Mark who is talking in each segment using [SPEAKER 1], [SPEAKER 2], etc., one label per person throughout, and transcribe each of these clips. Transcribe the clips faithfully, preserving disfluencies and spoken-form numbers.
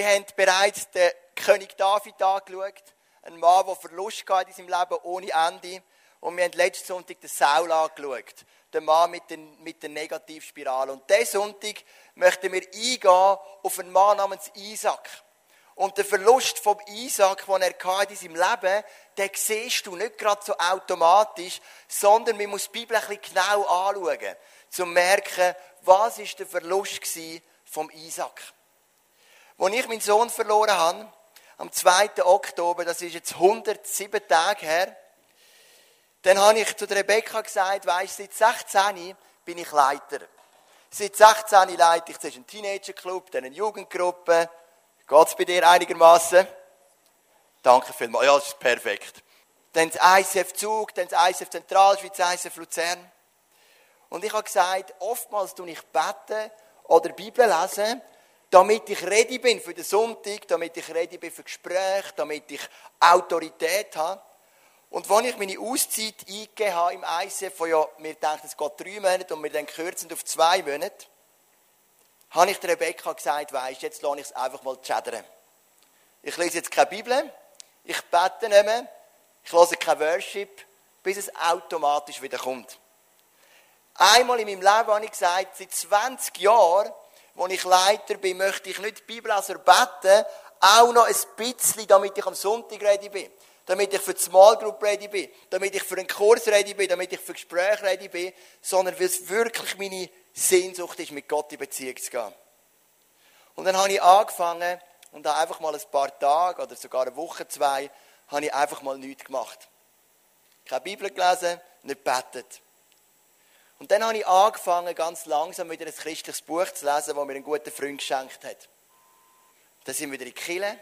[SPEAKER 1] Wir haben bereits den König David angeschaut, ein Mann, der Verlust hatte in seinem Leben ohne Ende. Und wir haben letzten Sonntag den Saul angeschaut, den Mann mit der, mit der Negativspirale. Und diesen Sonntag möchten wir eingehen auf einen Mann namens Isaac. Und den Verlust von Isaac, den er hatte in seinem Leben, den siehst du nicht gerade so automatisch, sondern man muss die Bibel ein bisschen genau anschauen, um zu merken, was war der Verlust von Isaac. Als ich meinen Sohn verloren habe, am zweiten Oktober, das ist jetzt hundertsieben Tage her, dann habe ich zu Rebecca gesagt, weisst du, seit sechzehn bin ich Leiter. Seit sechzehn leite ich zuerst einen Teenagerclub, dann eine Jugendgruppe. Geht es bei dir einigermaßen? Danke vielmals. Ja, das ist perfekt. Dann das I C F Zug, dann das I C F Zentralschweiz, I C F Luzern. Und ich habe gesagt, oftmals tue ich beten oder Bibel lesen, damit ich ready bin für den Sonntag, damit ich ready bin für Gespräche, damit ich Autorität habe. Und als ich meine Auszeit eingegeben habe im I C F, wo ja, wir denken, es geht drei Monate und wir dann kürzen auf zwei Monate, habe ich der Rebecca gesagt, weisst, jetzt lasse ich es einfach mal chattern. Ich lese jetzt keine Bibel, ich bete nicht mehr, ich höre kein Worship, bis es automatisch wieder kommt. Einmal in meinem Leben habe ich gesagt, seit zwanzig Jahren, als ich Leiter bin, möchte ich nicht die Bibel also beten, auch noch ein bisschen, damit ich am Sonntag ready bin. Damit ich für die Small Group ready bin, damit ich für einen Kurs ready bin, damit ich für Gespräche ready bin, sondern weil es wirklich meine Sehnsucht ist, mit Gott in Beziehung zu gehen. Und dann habe ich angefangen und habe einfach mal ein paar Tage oder sogar eine Woche, zwei, habe ich einfach mal nichts gemacht. Keine Bibel gelesen, nicht gebetet. Und dann habe ich angefangen, ganz langsam wieder ein christliches Buch zu lesen, das mir ein guter Freund geschenkt hat. Dann sind wir wieder in die Kirche.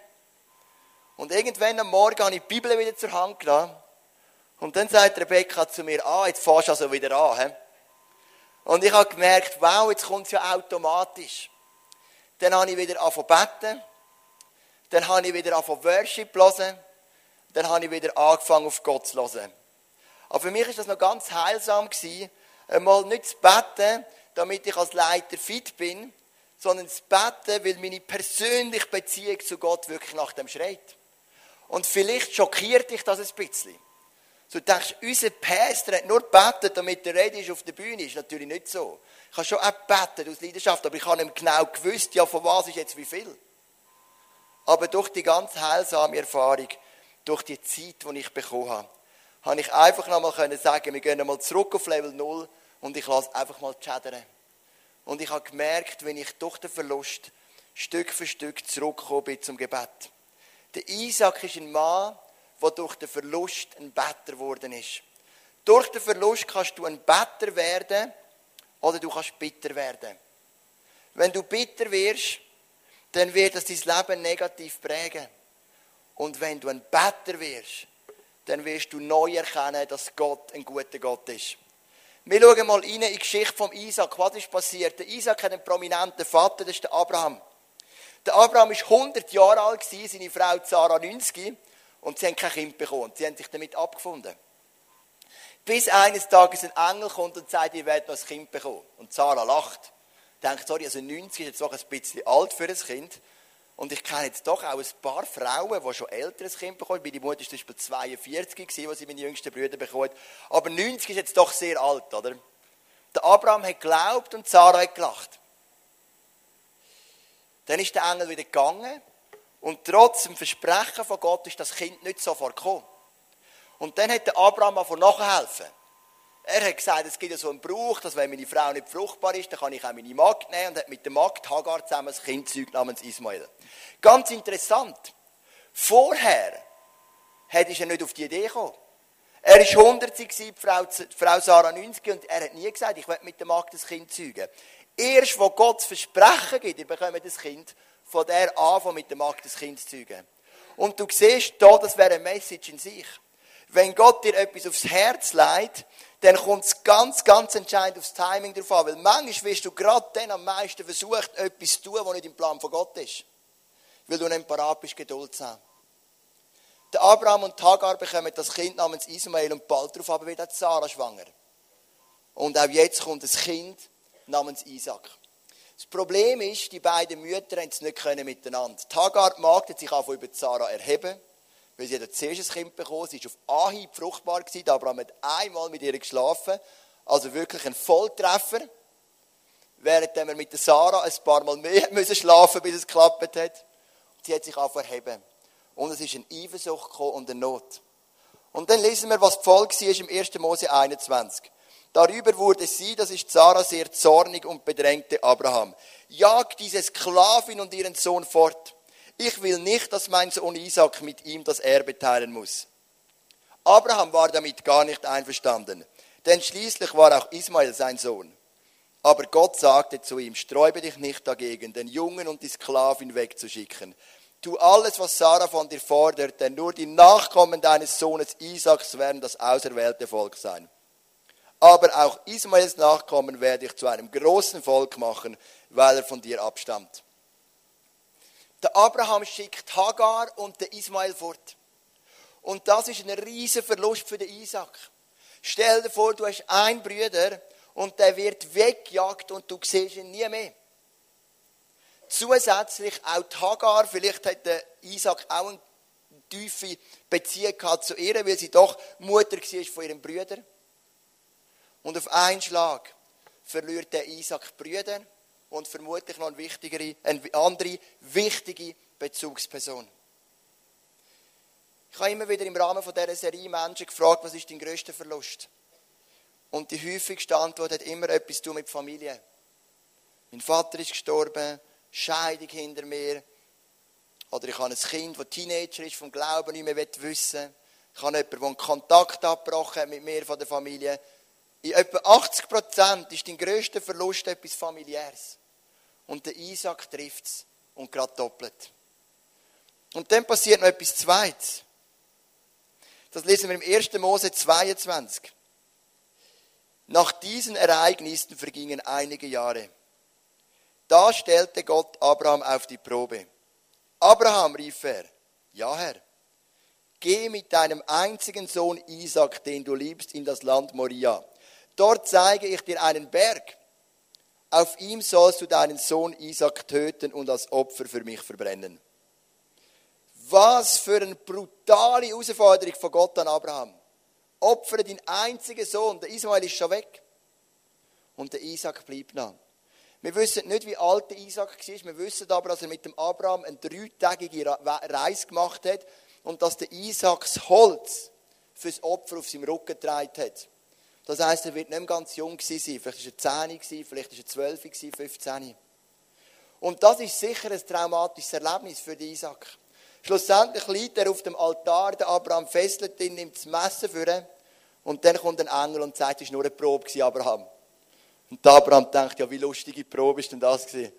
[SPEAKER 1] Und irgendwann am Morgen habe ich die Bibel wieder zur Hand genommen. Und dann sagt Rebecca zu mir, ah, jetzt fährst du also wieder an. He? Und ich habe gemerkt, wow, jetzt kommt es ja automatisch. Dann habe ich wieder angefangen zu beten. Dann habe ich wieder angefangen Worship zu hören. Dann habe ich wieder angefangen, auf Gott zu hören. Aber für mich war das noch ganz heilsam gewesen, einmal nicht zu beten, damit ich als Leiter fit bin, sondern zu beten, weil meine persönliche Beziehung zu Gott wirklich nach dem schreit. Und vielleicht schockiert dich das ein bisschen. So, du denkst, unser Pastor hat nur gebetet, damit er ready ist auf der Bühne. Ist natürlich nicht so. Ich habe schon auch gebetet aus Leidenschaft, aber ich habe nicht genau gewusst, ja, von was ist jetzt wie viel. Aber durch die ganz heilsame Erfahrung, durch die Zeit, die ich bekommen habe, habe ich einfach nochmal sagen, wir gehen mal zurück auf Level null und ich lasse einfach mal chattern. Und ich habe gemerkt, wenn ich durch den Verlust Stück für Stück zurückgekommen bin zum Gebet. Der Isaac ist ein Mann, der durch den Verlust ein Better geworden ist. Durch den Verlust kannst du ein Better werden oder du kannst bitter werden. Wenn du bitter wirst, dann wird das dein Leben negativ prägen. Und wenn du ein Better wirst, dann wirst du neu erkennen, dass Gott ein guter Gott ist. Wir schauen mal rein in die Geschichte von Isaac. Was ist passiert? Der Isaac hat einen prominenten Vater, das ist der Abraham. Der Abraham war hundert Jahre alt, seine Frau Sarah neunzig, und sie haben kein Kind bekommen. Sie haben sich damit abgefunden. Bis eines Tages ein Engel kommt und sagt, ihr werdet noch ein Kind bekommen. Und Sarah lacht. Denkt, sorry, also neunzig ist jetzt doch ein bisschen alt für ein Kind. Und ich kenne jetzt doch auch ein paar Frauen, die schon älter ein Kind bekommen. Meine Mutter war zum Beispiel zweiundvierzig, als sie meine jüngsten Brüder bekommen. Aber neunzig ist jetzt doch sehr alt, oder? Der Abraham hat geglaubt und Sarah hat gelacht. Dann ist der Engel wieder gegangen und trotz dem Versprechen von Gott ist das Kind nicht sofort gekommen. Und dann hat der Abraham angefangen nachhelfen. Er hat gesagt, es gibt ja so einen Brauch, dass wenn meine Frau nicht fruchtbar ist, dann kann ich auch meine Magd nehmen, und hat mit der Magd Hagar zusammen ein Kind gezeugt namens Ismael. Ganz interessant. Vorher ist er nicht auf die Idee gekommen. Er war hundertzig, die Frau, die Frau Sarah neunzig, und er hat nie gesagt, ich will mit der Magd ein Kind zeugen. Erst, wo Gott das Versprechen gibt, ihr bekommt das Kind, von der an, mit der Magd ein Kind zu zeugen. Und du siehst hier, das wäre eine Message in sich. Wenn Gott dir etwas aufs Herz legt, dann kommt es ganz, ganz entscheidend aufs Timing drauf an. Weil manchmal wirst du gerade dann am meisten versucht, etwas zu tun, was nicht im Plan von Gott ist. Weil du nicht parat bist, Geduld zu haben. Der Abraham und Hagar bekommen das Kind namens Ismael und bald darauf aber wird auch Sarah schwanger. Und auch jetzt kommt ein Kind namens Isaac. Das Problem ist, die beiden Mütter haben es nicht können miteinander. Die Hagar, die Magd, hat sich auch über Sarah erheben, weil sie hat zuerst ein Kind bekommen. Sie war auf Anhieb fruchtbar gewesen. Abraham hat einmal mit ihr geschlafen. Also wirklich ein Volltreffer. Während wir mit der Sarah ein paar Mal mehr müssen schlafen, bis es geklappt hat. Sie hat sich auch erheben. Und es ist eine Eifersucht gekommen und eine Not. Und dann lesen wir, was die Folge war im ersten Mose einundzwanzig. Darüber wurde sie, das ist Sarah, sehr zornig und bedrängte Abraham. Jag diese Sklavin und ihren Sohn fort. Ich will nicht, dass mein Sohn Isaac mit ihm das Erbe teilen muss. Abraham war damit gar nicht einverstanden, denn schließlich war auch Ismael sein Sohn. Aber Gott sagte zu ihm, sträube dich nicht dagegen, den Jungen und die Sklavin wegzuschicken. Tu alles, was Sarah von dir fordert, denn nur die Nachkommen deines Sohnes Isaaks werden das auserwählte Volk sein. Aber auch Ismaels Nachkommen werde ich zu einem großen Volk machen, weil er von dir abstammt. Der Abraham schickt Hagar und den Ismael fort. Und das ist ein riesen Verlust für den Isaak. Stell dir vor, du hast einen Bruder und der wird weggejagt und du siehst ihn nie mehr. Zusätzlich auch die Hagar, vielleicht hat der Isaak auch eine tiefe Beziehung gehabt zu ihr, weil sie doch Mutter war von ihrem Bruder. Und auf einen Schlag verliert der Isaak Brüder und vermutlich noch eine, wichtigere, eine andere wichtige Bezugsperson. Ich habe immer wieder im Rahmen von dieser Serie Menschen gefragt, was ist dein grösster Verlust? Und die häufigste Antwort hat immer etwas zu tun mit Familie. Mein Vater ist gestorben, Scheidung hinter mir. Oder ich habe ein Kind, das Teenager ist, vom Glauben nicht mehr wissen will. Ich habe jemanden, der einen Kontakt abgebrochen hat mit mir von der Familie. In etwa achtzig Prozent ist dein grösster Verlust etwas Familiäres. Und der Isaak trifft es und gerade doppelt. Und dann passiert noch etwas Zweites. Das lesen wir im ersten Mose zweiundzwanzig. Nach diesen Ereignissen vergingen einige Jahre. Da stellte Gott Abraham auf die Probe. Abraham, rief er, ja Herr, geh mit deinem einzigen Sohn Isaak, den du liebst, in das Land Moria. Dort zeige ich dir einen Berg. Auf ihm sollst du deinen Sohn Isaak töten und als Opfer für mich verbrennen. Was für eine brutale Herausforderung von Gott an Abraham. Opfere deinen einzigen Sohn. Der Ismael ist schon weg. Und der Isaak bleibt noch. Wir wissen nicht, wie alt der Isaak war. Wir wissen aber, dass er mit dem Abraham eine dreitägige Reise gemacht hat und dass der Isaak das Holz für das Opfer auf seinem Rücken getragen hat. Das heisst, er wird nicht mehr ganz jung gewesen sein. Vielleicht war er zehn, vielleicht war er zwölf, fünfzehn. Und das ist sicher ein traumatisches Erlebnis für den Isaak. Schlussendlich liegt er auf dem Altar, der Abraham fesselt ihn, nimmt das Messer für ihn und dann kommt ein Engel und sagt, es war nur eine Probe, Abraham. Und der Abraham denkt, ja, wie lustige Probe ist denn das gewesen?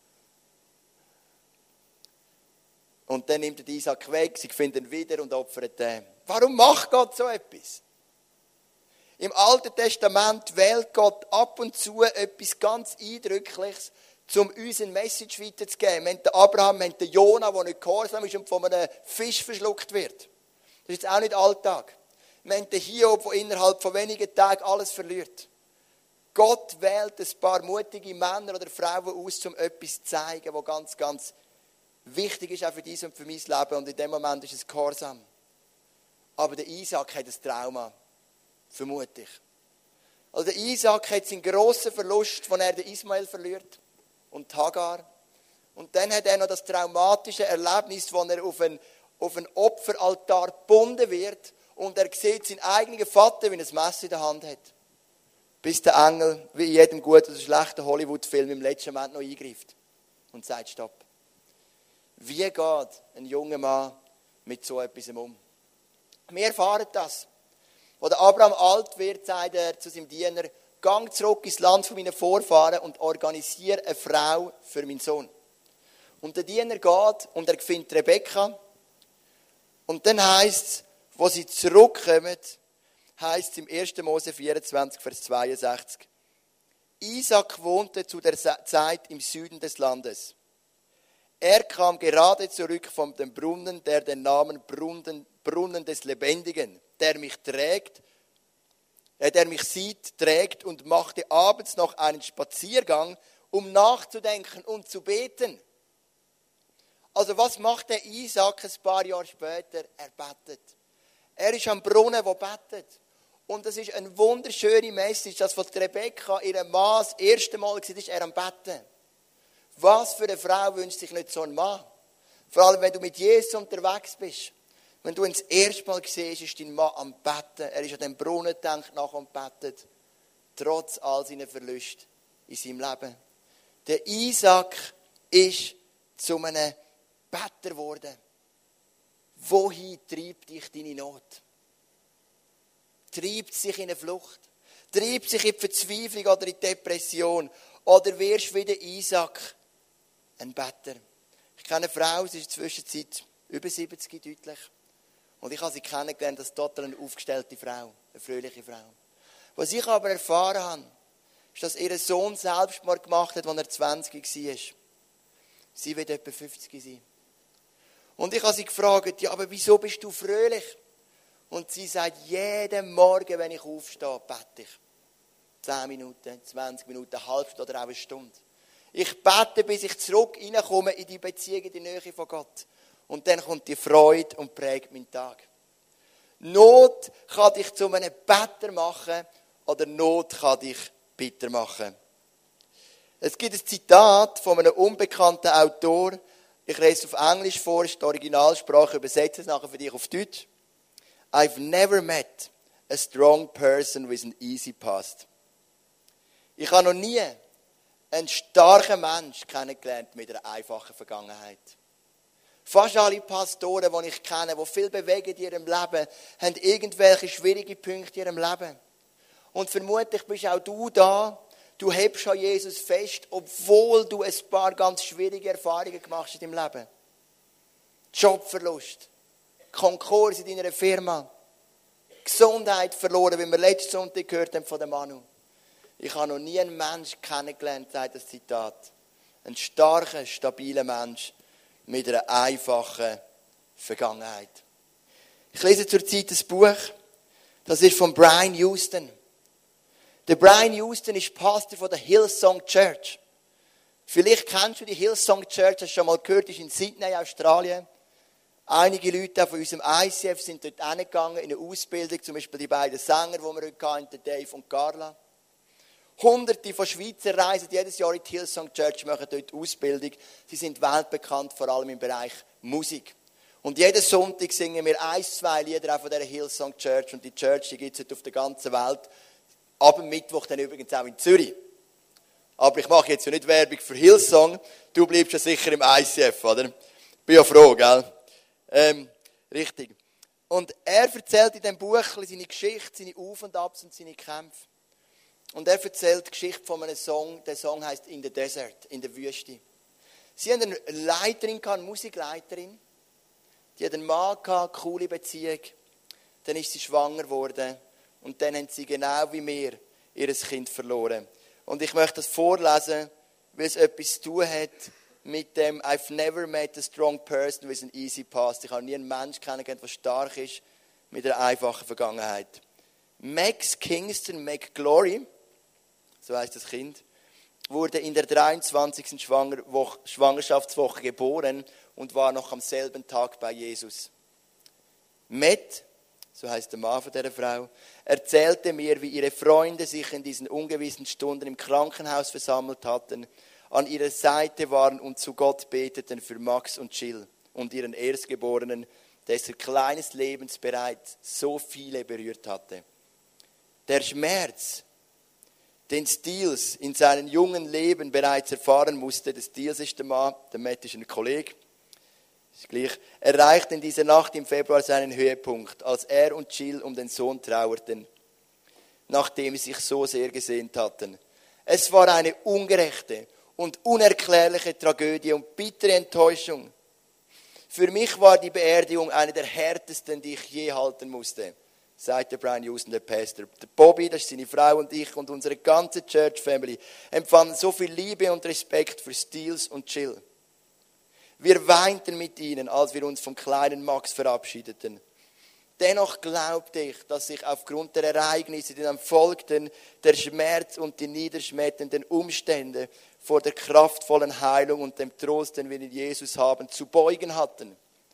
[SPEAKER 1] Und dann nimmt er Isaak weg, sie finden ihn wieder und opfert ihn. Warum macht Gott so etwas? Im Alten Testament wählt Gott ab und zu etwas ganz Eindrückliches, um uns eine Message weiterzugeben. Wir haben den Abraham, wir haben den Jona, der nicht gehorsam ist und von einem Fisch verschluckt wird. Das ist jetzt auch nicht Alltag. Wir haben den Hiob, der innerhalb von wenigen Tagen alles verliert. Gott wählt ein paar mutige Männer oder Frauen aus, um etwas zu zeigen, was ganz, ganz wichtig ist auch für dies und für mein Leben. Und in dem Moment ist es Gehorsam. Aber der Isaak hat ein Trauma. Vermute ich. Also der Isaak hat seinen grossen Verlust, als er den Ismael verliert. Und Hagar. Und dann hat er noch das traumatische Erlebnis, wo er auf einen, auf einen Opferaltar gebunden wird. Und er sieht seinen eigenen Vater, wie er ein Messer in der Hand hat. Bis der Engel, wie in jedem guten oder schlechten Hollywood-Film, im letzten Moment noch eingreift. Und sagt, stopp. Wie geht ein junger Mann mit so etwas um? Wir erfahren das. Als Abraham alt wird, sagt er zu seinem Diener, gang zurück ins Land von meinen Vorfahren und organisiere eine Frau für meinen Sohn. Und der Diener geht und er findet Rebekka. Und dann heisst es, wo sie zurückkommen, heisst es im ersten Mose vierundzwanzig, Vers zweiundsechzig. Isaak wohnte zu der Zeit im Süden des Landes. Er kam gerade zurück von dem Brunnen, der den Namen Brunnen, Brunnen des Lebendigen, der mich trägt, äh, der mich sieht, trägt und machte abends noch einen Spaziergang, um nachzudenken und zu beten. Also was macht der Isaac ein paar Jahre später? Er betet. Er ist am Brunnen, der betet. Und das ist eine wunderschöne Message, dass von Rebekka, ihrem Mann, das erste Mal war, ist er am Betten. Was für eine Frau wünscht sich nicht so einen Mann? Vor allem, wenn du mit Jesus unterwegs bist. Wenn du ihn das erste Mal siehst, ist dein Mann am Betten. Er ist an den Brunnen gedacht, nachher und betet. Trotz all seiner Verluste in seinem Leben. Der Isaac ist zu einem Better geworden. Wohin treibt dich deine Not? Treibt sich in eine Flucht? Treibt sich in die Verzweiflung oder in die Depression? Oder wirst du wie der Isaac ein Better? Ich kenne eine Frau, sie ist in der Zwischenzeit über siebzig deutlich. Und ich habe sie kennengelernt als total eine aufgestellte Frau, eine fröhliche Frau. Was ich aber erfahren habe, ist, dass ihr Sohn Selbstmord gemacht hat, als er zwanzig war. Sie wird etwa fünfzig sein. Und ich habe sie gefragt, ja, aber wieso bist du fröhlich? Und sie sagt, jeden Morgen, wenn ich aufstehe, bete ich. Zehn Minuten, zwanzig Minuten, eine halbe Stunde oder auch eine Stunde. Ich bete, bis ich zurück reinkomme in die Beziehung, in die Nähe von Gott. Und dann kommt die Freude und prägt meinen Tag. Not kann dich zu einem Better machen oder Not kann dich bitter machen. Es gibt ein Zitat von einem unbekannten Autor. Ich lese es auf Englisch vor, ist die Originalsprache, übersetze es nachher für dich auf Deutsch. I've never met a strong person with an easy past. Ich habe noch nie einen starken Menschen kennengelernt mit einer einfachen Vergangenheit. Fast alle Pastoren, die ich kenne, die viel bewegen in ihrem Leben, haben irgendwelche schwierige Punkte in ihrem Leben. Und vermutlich bist auch du da, du hebst an Jesus fest, obwohl du ein paar ganz schwierige Erfahrungen gemacht hast in deinem Leben. Jobverlust, Konkurs in deiner Firma, Gesundheit verloren, wie wir letzten Sonntag gehört haben von dem Manu. Ich habe noch nie einen Menschen kennengelernt, sagt das Zitat. Ein starker, stabiler Mensch mit einer einfachen Vergangenheit. Ich lese zurzeit ein Buch, das ist von Brian Houston. Der Brian Houston ist Pastor von der Hillsong Church. Vielleicht kennst du die Hillsong Church, hast du schon mal gehört, ist in Sydney, Australien. Einige Leute von unserem I C F sind dort hingegangen in eine Ausbildung, zum Beispiel die beiden Sänger, die wir heute hatten, Dave und Carla. Hunderte von Schweizer reisen jedes Jahr in die Hillsong Church, machen dort Ausbildung. Sie sind weltbekannt, vor allem im Bereich Musik. Und jeden Sonntag singen wir ein, zwei Lieder auch von dieser Hillsong Church. Und die Church, die gibt es auf der ganzen Welt. Ab dem Mittwoch dann übrigens auch in Zürich. Aber ich mache jetzt ja nicht Werbung für Hillsong. Du bleibst ja sicher im I C F, oder? Bin ja froh, gell? Ähm, richtig. Und er erzählt in diesem Buch seine Geschichte, seine Auf- und Abs und seine Kämpfe. Und er erzählt die Geschichte von einem Song. Der Song heißt In the Desert, in der Wüste. Sie hatten eine Leiterin, eine Musikleiterin. Die hat einen Mann gehabt, eine coole Beziehung. Dann ist sie schwanger geworden. Und dann haben sie genau wie wir ihr Kind verloren. Und ich möchte das vorlesen, weil es etwas zu tun hat mit dem I've never met a strong person with an easy past. Ich habe nie einen Menschen kennengelernt, der stark ist mit einer einfachen Vergangenheit. Max Kingston McGlory, so heißt das Kind, wurde in der dreiundzwanzigsten Schwangerschaftswoche geboren und war noch am selben Tag bei Jesus. Matt, so heißt der Mann von dieser Frau, erzählte mir, wie ihre Freunde sich in diesen ungewissen Stunden im Krankenhaus versammelt hatten, an ihrer Seite waren und zu Gott beteten für Max und Jill und ihren Erstgeborenen, dessen kleines Lebens bereits so viele berührt hatte. Der Schmerz, den Stiles in seinem jungen Leben bereits erfahren musste, der Stiles ist der Mann, der Matt ist ein Kollege, ist gleich, erreichte in dieser Nacht im Februar seinen Höhepunkt, als er und Jill um den Sohn trauerten, nachdem sie sich so sehr gesehnt hatten. Es war eine ungerechte und unerklärliche Tragödie und bittere Enttäuschung. Für mich war die Beerdigung eine der härtesten, die ich je halten musste, sagte Brian Houston, der Pastor. Der Bobby, das ist seine Frau, und ich und unsere ganze Church Family empfanden so viel Liebe und Respekt für Stiles und Jill. Wir weinten mit ihnen, als wir uns vom kleinen Max verabschiedeten. Dennoch glaubte ich, dass sich aufgrund der Ereignisse, die dann folgten, der Schmerz und die niederschmetternden Umstände vor der kraftvollen Heilung und dem Trost, den wir in Jesus haben, zu beugen hatten.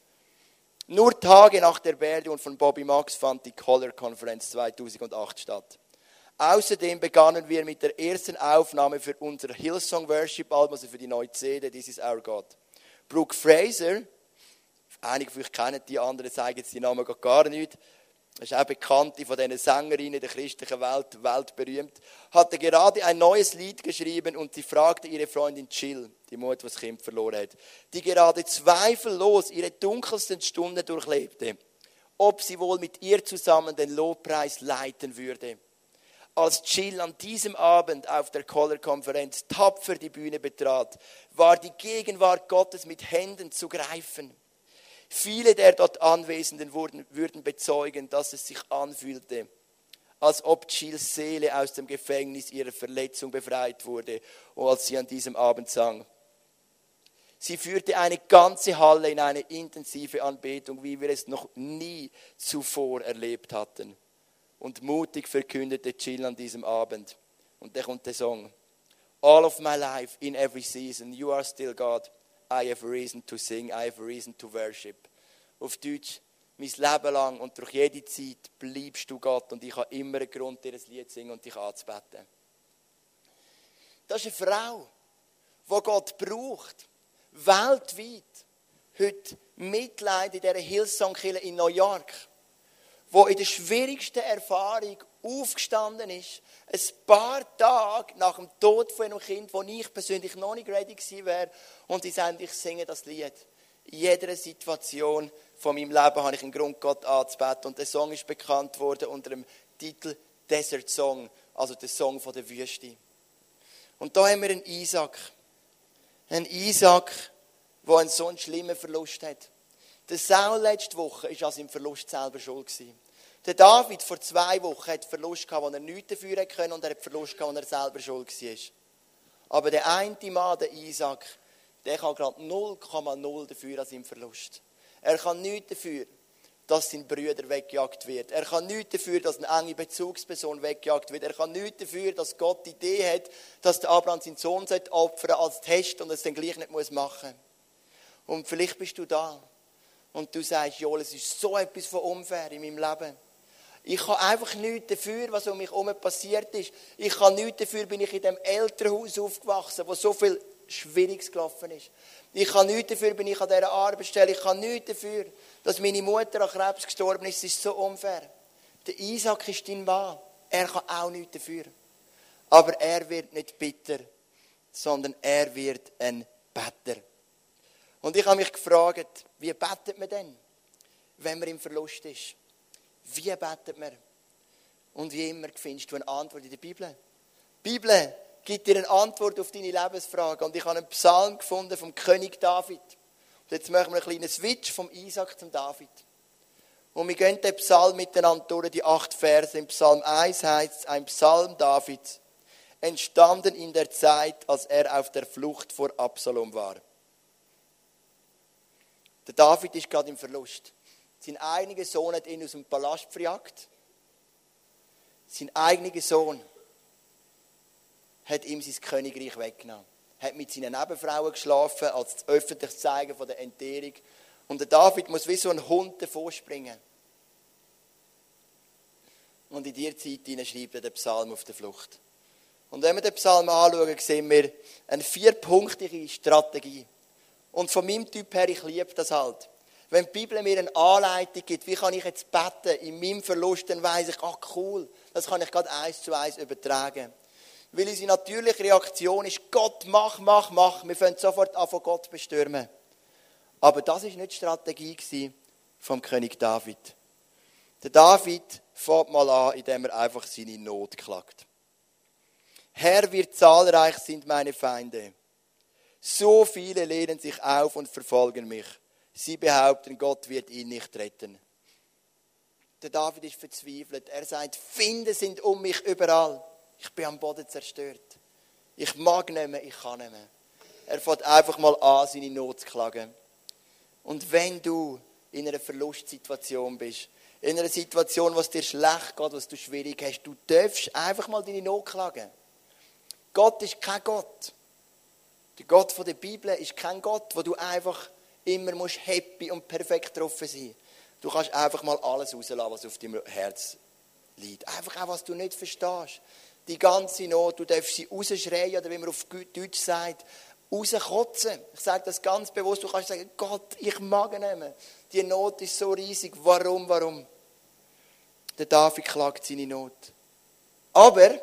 [SPEAKER 1] Nur Tage nach der Beerdigung von Bobby Max fand die Color-Konferenz zweitausendacht statt. Außerdem begannen wir mit der ersten Aufnahme für unser Hillsong Worship Album, also für die neue C D, This is Our God. Brooke Fraser, einige von euch kennen die, anderen sagen jetzt die Namen gar nicht, das ist auch bekannte von diesen Sängerinnen der christlichen Welt, weltberühmt, hatte gerade ein neues Lied geschrieben und sie fragte ihre Freundin Jill, die Mutter, die das Kind verloren hat, die gerade zweifellos ihre dunkelsten Stunden durchlebte, ob sie wohl mit ihr zusammen den Lobpreis leiten würde. Als Jill an diesem Abend auf der Color-Konferenz tapfer die Bühne betrat, war die Gegenwart Gottes mit Händen zu greifen. Viele der dort Anwesenden wurden, würden bezeugen, dass es sich anfühlte, als ob Jills Seele aus dem Gefängnis ihrer Verletzung befreit wurde, als sie an diesem Abend sang. Sie führte eine ganze Halle in eine intensive Anbetung, wie wir es noch nie zuvor erlebt hatten. Und mutig verkündete Jill an diesem Abend. Und da kommt der Song. All of my life, in every season, you are still God. I have a reason to sing, I have a reason to worship. Auf Deutsch, mein Leben lang und durch jede Zeit bleibst du Gott und ich habe immer einen Grund, dir ein Lied zu singen und dich anzubeten. Das ist eine Frau, die Gott braucht, weltweit, heute Mitleid in dieser Hillsong-Kirche in New York, wo in der schwierigsten Erfahrung aufgestanden ist, ein paar Tage nach dem Tod von einem Kind, wo ich persönlich noch nicht ready gewesen wäre, und sie sagen, ich singe das Lied. In jeder Situation von meinem Leben habe ich einen Grund, Gott anzubeten. Und der Song ist bekannt worden unter dem Titel Desert Song, also der Song von der Wüste. Und da haben wir einen Isaac. Einen Isaac, der einen so einen schlimmen Verlust hat. Der Saul letzte Woche war an seinem Verlust selber schuld gewesen. Der David vor zwei Wochen hat Verlust gehabt, wo er nichts dafür hätte können, und er hat Verlust gehabt, wo er selber schuld war. Aber der eine Mann, der Isaac, der kann gerade null Komma null dafür an seinem Verlust. Er kann nichts dafür, dass sein Bruder weggejagt wird. Er kann nichts dafür, dass eine enge Bezugsperson weggejagt wird. Er kann nichts dafür, dass Gott die Idee hat, dass der Abraham seinen Sohn opfern als Test und es dann gleich nicht machen muss. Und vielleicht bist du da und du sagst, Joel, es ist so etwas von unfair in meinem Leben. Ich kann einfach nichts dafür, was um mich herum passiert ist. Ich kann nichts dafür, bin ich in dem Elternhaus aufgewachsen, wo so viel Schwieriges gelaufen ist. Ich kann nichts dafür, bin ich an dieser Arbeitsstelle. Ich kann nichts dafür, dass meine Mutter an Krebs gestorben ist. Es ist so unfair. Der Isaac ist dein Mann. Er kann auch nichts dafür. Aber er wird nicht bitter, sondern er wird ein Better. Und ich habe mich gefragt, wie betet man denn, wenn man im Verlust ist? Wie betet man? Und wie immer findest du eine Antwort in der Bibel. Die Bibel gibt dir eine Antwort auf deine Lebensfrage. Und ich habe einen Psalm gefunden vom König David. Und jetzt machen wir einen kleinen Switch vom Isaac zum David. Und wir gehen den Psalm miteinander durch, die acht Verse. Im Psalm eins heißt es, ein Psalm Davids, entstanden in der Zeit, als er auf der Flucht vor Absalom war. Der David ist gerade im Verlust. Sein eigener Sohn hat ihn aus dem Palast verjagt. Sein eigener Sohn hat ihm sein Königreich weggenommen. Hat mit seinen Nebenfrauen geschlafen, als öffentliches Zeigen von der Entehrung. Und der David muss wie so ein Hund davor springen. Und in dieser Zeit schreibt er den Psalm auf der Flucht. Und wenn wir den Psalm anschauen, sehen wir eine vierpunktige Strategie. Und von meinem Typ her, ich liebe das halt. Wenn die Bibel mir eine Anleitung gibt, wie kann ich jetzt beten in meinem Verlust, dann weiss ich, ach cool, das kann ich gerade eins zu eins übertragen. Weil unsere natürliche Reaktion ist, Gott, mach, mach, mach. Wir fangen sofort an, von Gott bestürmen. Aber das war nicht die Strategie vom König David. Der David fängt mal an, indem er einfach seine Not klagt. Herr, wie zahlreich sind meine Feinde. So viele lehnen sich auf und verfolgen mich. Sie behaupten, Gott wird ihn nicht retten. Der David ist verzweifelt. Er sagt, Feinde sind um mich überall. Ich bin am Boden zerstört. Ich mag nicht mehr, ich kann nicht mehr. Er fängt einfach mal an, seine Not zu klagen. Und wenn du in einer Verlustsituation bist, in einer Situation, was dir schlecht geht, was du schwierig hast, du darfst einfach mal deine Not klagen. Gott ist kein Gott, Der Gott von der Bibel ist kein Gott, wo du einfach immer musst happy und perfekt getroffen sein. Du kannst einfach mal alles rauslassen, was auf deinem Herz liegt. Einfach auch, was du nicht verstehst. Die ganze Not, du darfst sie rausschreien, oder wie man auf Deutsch sagt, rauskotzen. Ich sage das ganz bewusst, du kannst sagen, Gott, ich mag ihn nicht mehr. Die Not ist so riesig. Warum, warum? Der David klagt seine Not. Aber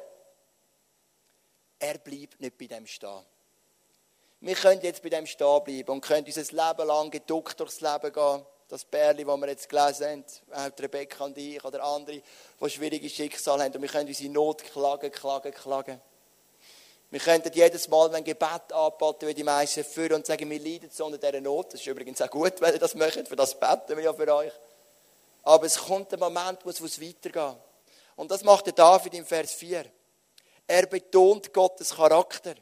[SPEAKER 1] er bleibt nicht bei dem stehen. Wir können jetzt bei dem stehen bleiben und können unser Leben lang geduckt durchs Leben gehen. Das Bärli, das wir jetzt gelesen haben, auch Rebecca und ich oder andere, die schwierige Schicksale haben. Und wir können unsere Not klagen, klagen, klagen. Wir könnten jedes Mal, wenn Gebet anboten wird, die meisten führen und sagen, wir leiden so unter dieser Not. Das ist übrigens auch gut, wenn ihr das möchtet, für das beten wir ja für euch. Aber es kommt ein Moment, wo es weitergeht. Und das macht der David im Vers vier. Er betont Gottes Charakter.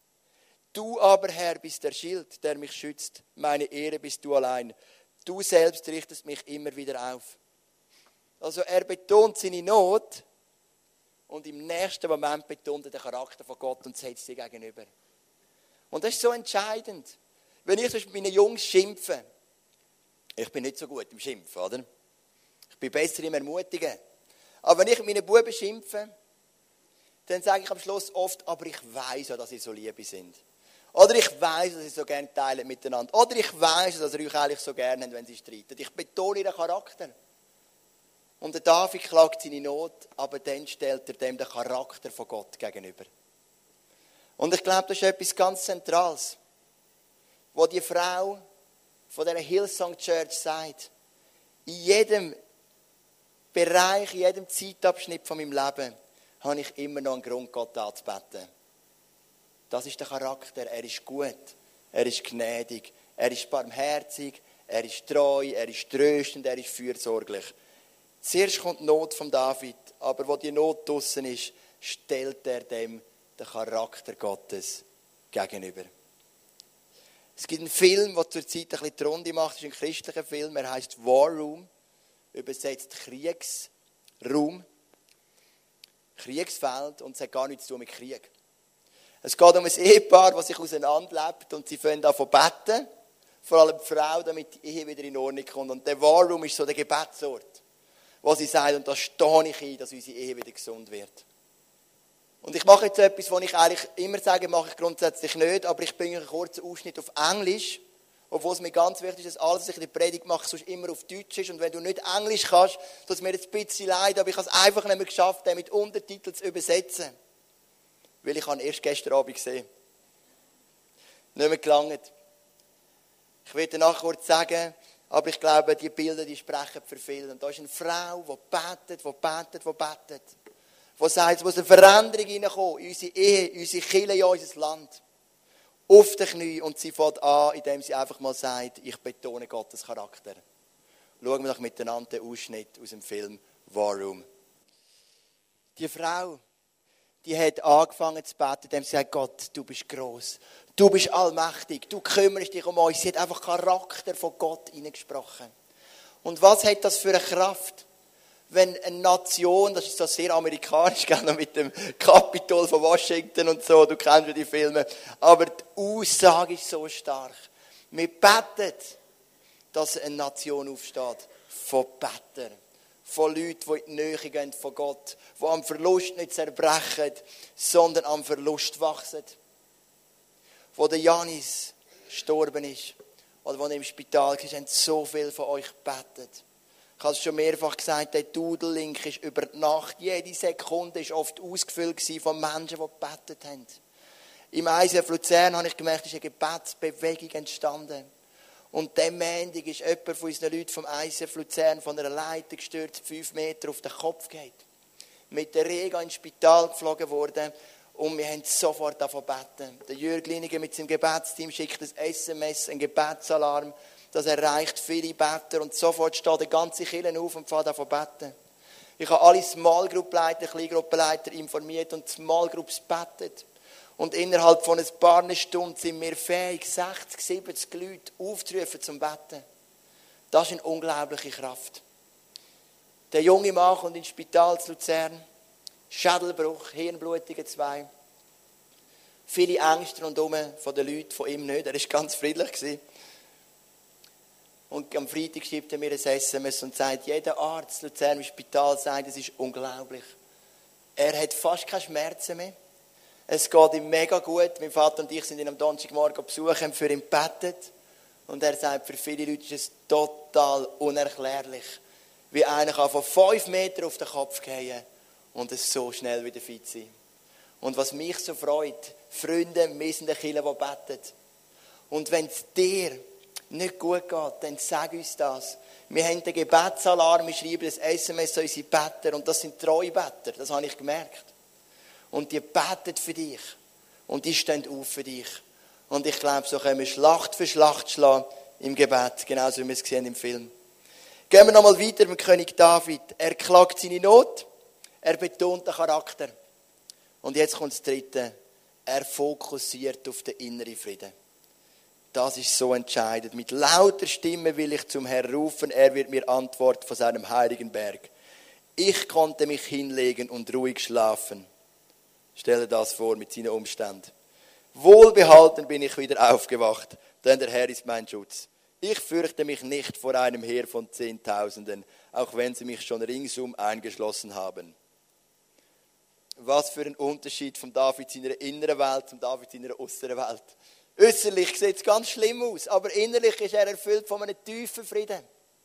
[SPEAKER 1] Du aber, Herr, bist der Schild, der mich schützt. Meine Ehre bist du allein. Du selbst richtest mich immer wieder auf. Also er betont seine Not und im nächsten Moment betont er den Charakter von Gott und setzt sie gegenüber. Und das ist so entscheidend. Wenn ich mit meinen Jungs schimpfe, ich bin nicht so gut im Schimpfen, oder? Ich bin besser im Ermutigen. Aber wenn ich mit meinen Buben schimpfe, dann sage ich am Schluss oft, aber ich weiss ja, dass sie so liebe sind. Oder ich weiss, dass sie so gerne teilen miteinander. Oder ich weiss, dass sie euch eigentlich so gerne haben, wenn sie streiten. Ich betone ihren Charakter. Und der David klagt seine Not, aber dann stellt er dem den Charakter von Gott gegenüber. Und ich glaube, das ist etwas ganz Zentrales, wo die Frau von dieser Hillsong Church sagt, in jedem Bereich, in jedem Zeitabschnitt von meinem Leben habe ich immer noch einen Grund, Gott anzubeten. Das ist der Charakter. Er ist gut, er ist gnädig, er ist barmherzig, er ist treu, er ist tröstend, er ist fürsorglich. Zuerst kommt die Not von David, aber wo die Not draussen ist, stellt er dem den Charakter Gottes gegenüber. Es gibt einen Film, der zurzeit ein bisschen die Runde macht, das ist ein christlicher Film, er heisst War Room, übersetzt Kriegsraum, Kriegsfeld, und es hat gar nichts zu tun mit Krieg. Es geht um ein Ehepaar, das sich auseinanderlebt und sie fangen an zu beten, vor allem die Frau, damit die Ehe wieder in Ordnung kommt. Und der War Room ist so der Gebetsort, wo sie sagt, und da stehe ich ein, dass unsere Ehe wieder gesund wird. Und ich mache jetzt etwas, was ich eigentlich immer sage, mache ich grundsätzlich nicht, aber ich bringe einen kurzen Ausschnitt auf Englisch, obwohl es mir ganz wichtig ist, dass alles, was ich in der Predigt mache, sonst immer auf Deutsch ist. Und wenn du nicht Englisch kannst, tut es mir jetzt ein bisschen leid, aber ich habe es einfach nicht mehr geschafft, den mit Untertiteln zu übersetzen. Weil ich habe ihn erst gestern Abend gesehen. Nicht mehr gelangt. Ich werde nachher kurz sagen, aber ich glaube, die Bilder, die sprechen für viele. Und da ist eine Frau, die betet, die betet, die betet. Die sagt, es muss eine Veränderung hineinkommen in unsere Ehe, in unsere Kirche, in unser Land. Auf den Knie, und sie fängt an, indem sie einfach mal sagt, ich betone Gottes Charakter. Schauen wir doch miteinander den Ausschnitt aus dem Film War Room. Die Frau, die hat angefangen zu beten, indem sie sagt, Gott, du bist gross, du bist allmächtig, du kümmerst dich um uns. Sie hat einfach Charakter von Gott hineingesprochen. Und was hat das für eine Kraft? Wenn eine Nation, das ist so sehr amerikanisch, noch mit dem Kapitol von Washington und so, du kennst ja die Filme, aber die Aussage ist so stark. Wir beten, dass eine Nation aufsteht, von Bettern, von Leuten, die in die Nähe gehen von Gott, die am Verlust nicht zerbrechen, sondern am Verlust wachsen. Wo der Janis gestorben ist, oder wo er im Spital war, haben so viele von euch gebetet. Ich habe es schon mehrfach gesagt, der Doodle-Link ist über die Nacht, jede Sekunde war oft ausgefüllt von Menschen, die gebetet haben. Im I C F Luzern habe ich gemerkt, ist eine Gebetsbewegung entstanden. Und dem Montag ist jemand von unseren Leuten vom I C F Luzern von einer Leiter gestürzt, fünf Meter auf den Kopf geht. Mit der Rega ins Spital geflogen worden und wir haben sofort davon beten. Der Jürg Liniger mit seinem Gebetsteam schickt ein S M S, einen Gebetsalarm. Das erreicht viele Beter und sofort steht der ganze Kirche auf und fängt an zu beten. Ich habe alle Small Group Leiter, Kleingruppenleiter informiert und Small Groups betet. Und innerhalb von ein paar Stunden sind wir fähig, sechzig, siebzig Leute aufzurufen zum Betten. Das ist eine unglaubliche Kraft. Der junge Mann kommt ins Spital zu Luzern, Schädelbruch, Hirnblutungen zwei. Viele Ängste rundherum von den Leuten, von ihm nicht. Er war ganz friedlich. Und am Freitag schreibt er mir ein S M S und sagt, jeder Arzt in Luzern im Spital sagt, es ist unglaublich. Er hat fast keine Schmerzen mehr. Es geht ihm mega gut. Mein Vater und ich sind ihn am Donnerstagmorgen besuchen, haben für ihn gebetet. Und er sagt, für viele Leute ist es total unerklärlich, wie einer kann von fünf Metern auf den Kopf fallen und es so schnell wieder fit sein. Und was mich so freut, Freunde, wir sind in der Kirche, die beten. Und wenn es dir nicht gut geht, dann sag uns das. Wir haben den Gebetsalarm, wir schreiben das S M S an unsere Better und das sind treue Better, das habe ich gemerkt. Und die beten für dich und die stehen auf für dich. Und ich glaube, so können wir Schlacht für Schlacht schlagen im Gebet, genauso wie wir es sehen im Film. Gehen wir nochmal weiter mit König David. Er klagt seine Not, er betont den Charakter. Und jetzt kommt das Dritte. Er fokussiert auf den inneren Frieden. Das ist so entscheidend. Mit lauter Stimme will ich zum Herrn rufen, er wird mir antworten von seinem heiligen Berg. Ich konnte mich hinlegen und ruhig schlafen. Stelle das vor mit seinen Umständen. Wohlbehalten bin ich wieder aufgewacht, denn der Herr ist mein Schutz. Ich fürchte mich nicht vor einem Heer von Zehntausenden, auch wenn sie mich schon ringsum eingeschlossen haben. Was für ein Unterschied von David seiner inneren Welt zum David seiner äußeren Welt. Äußerlich sieht es ganz schlimm aus, aber innerlich ist er erfüllt von einem tiefen Frieden.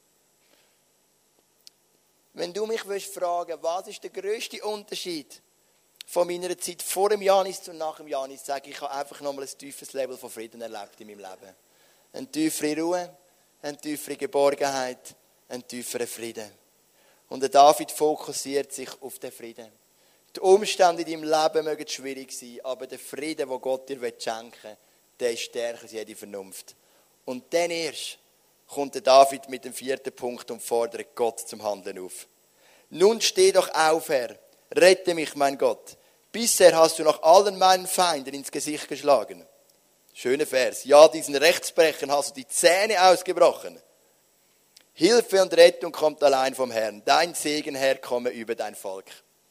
[SPEAKER 1] Wenn du mich willst fragen, was ist der grösste Unterschied von meiner Zeit vor dem Janis zu nach dem Janis, sage ich, ich habe einfach nochmal ein tiefes Level von Frieden erlebt in meinem Leben. Eine tiefere Ruhe, eine tiefere Geborgenheit, ein tieferer Frieden. Und der David fokussiert sich auf den Frieden. Die Umstände in deinem Leben mögen schwierig sein, aber der Frieden, den Gott dir schenken will, der ist stärker als jede Vernunft. Und dann erst kommt der David mit dem vierten Punkt und fordert Gott zum Handeln auf. Nun steh doch auf, Herr, rette mich, mein Gott. Bisher hast du noch allen meinen Feinden ins Gesicht geschlagen. Schöner Vers. Ja, diesen Rechtsbrechern hast du die Zähne ausgebrochen. Hilfe und Rettung kommt allein vom Herrn. Dein Segen, Herr, komme über dein Volk.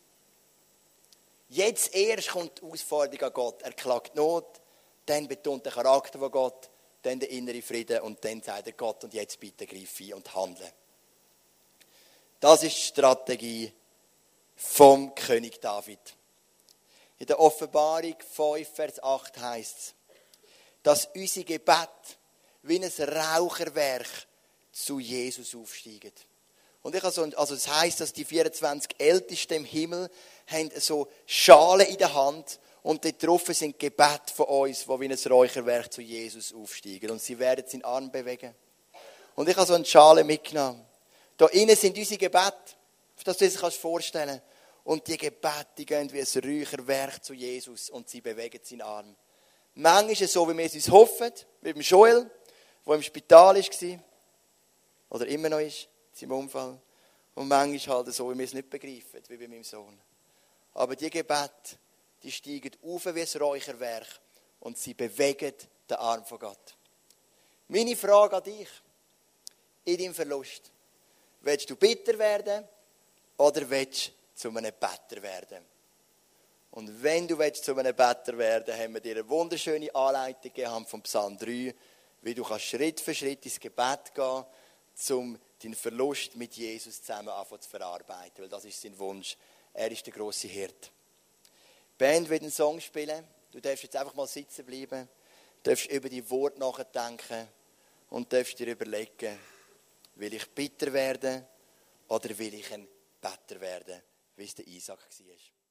[SPEAKER 1] Jetzt erst kommt die Herausforderung an Gott. Er klagt Not, dann betont der Charakter von Gott, dann der innere Frieden und dann sagt er Gott und jetzt bitte greif ein und handle. Das ist die Strategie vom König David. In der Offenbarung fünf, Vers acht heißt es, dass unser Gebet wie ein Raucherwerk zu Jesus aufsteigt. Und ich also, also das heisst, dass die vierundzwanzig Ältesten im Himmel haben so Schalen in der Hand und dort drauf sind Gebete von uns, die wie ein Räucherwerk zu Jesus aufsteigen. Und sie werden seinen Arm bewegen. Und ich habe so eine Schale mitgenommen. Da innen sind unsere Gebete, dass du dir das vorstellen kannst. Und die Gebete, die gehen wie ein Räucherwerk zu Jesus und sie bewegen seinen Arm. Manchmal ist es so, wie wir es uns hoffen, wie beim Joel, der im Spital war, oder immer noch ist, in seinem Unfall. Und manchmal halt so, wie wir es nicht begreifen, wie bei meinem Sohn. Aber die Gebete, die steigen auf wie ein Räucherwerk und sie bewegen den Arm von Gott. Meine Frage an dich, in deinem Verlust, willst du bitter werden oder willst du zu einem Better werden? Und wenn du willst, zu einem Better werden, haben wir dir eine wunderschöne Anleitung gegeben vom Psalm drei, wie du kannst Schritt für Schritt ins Gebet gehen, um deinen Verlust mit Jesus zusammen anfangen zu verarbeiten. Weil das ist sein Wunsch. Er ist der grosse Hirt. Die Band wird einen Song spielen. Du darfst jetzt einfach mal sitzen bleiben. Du darfst über die Worte nachdenken und darfst dir überlegen, will ich bitter werden oder will ich ein Better werden, wie es der Isaac war.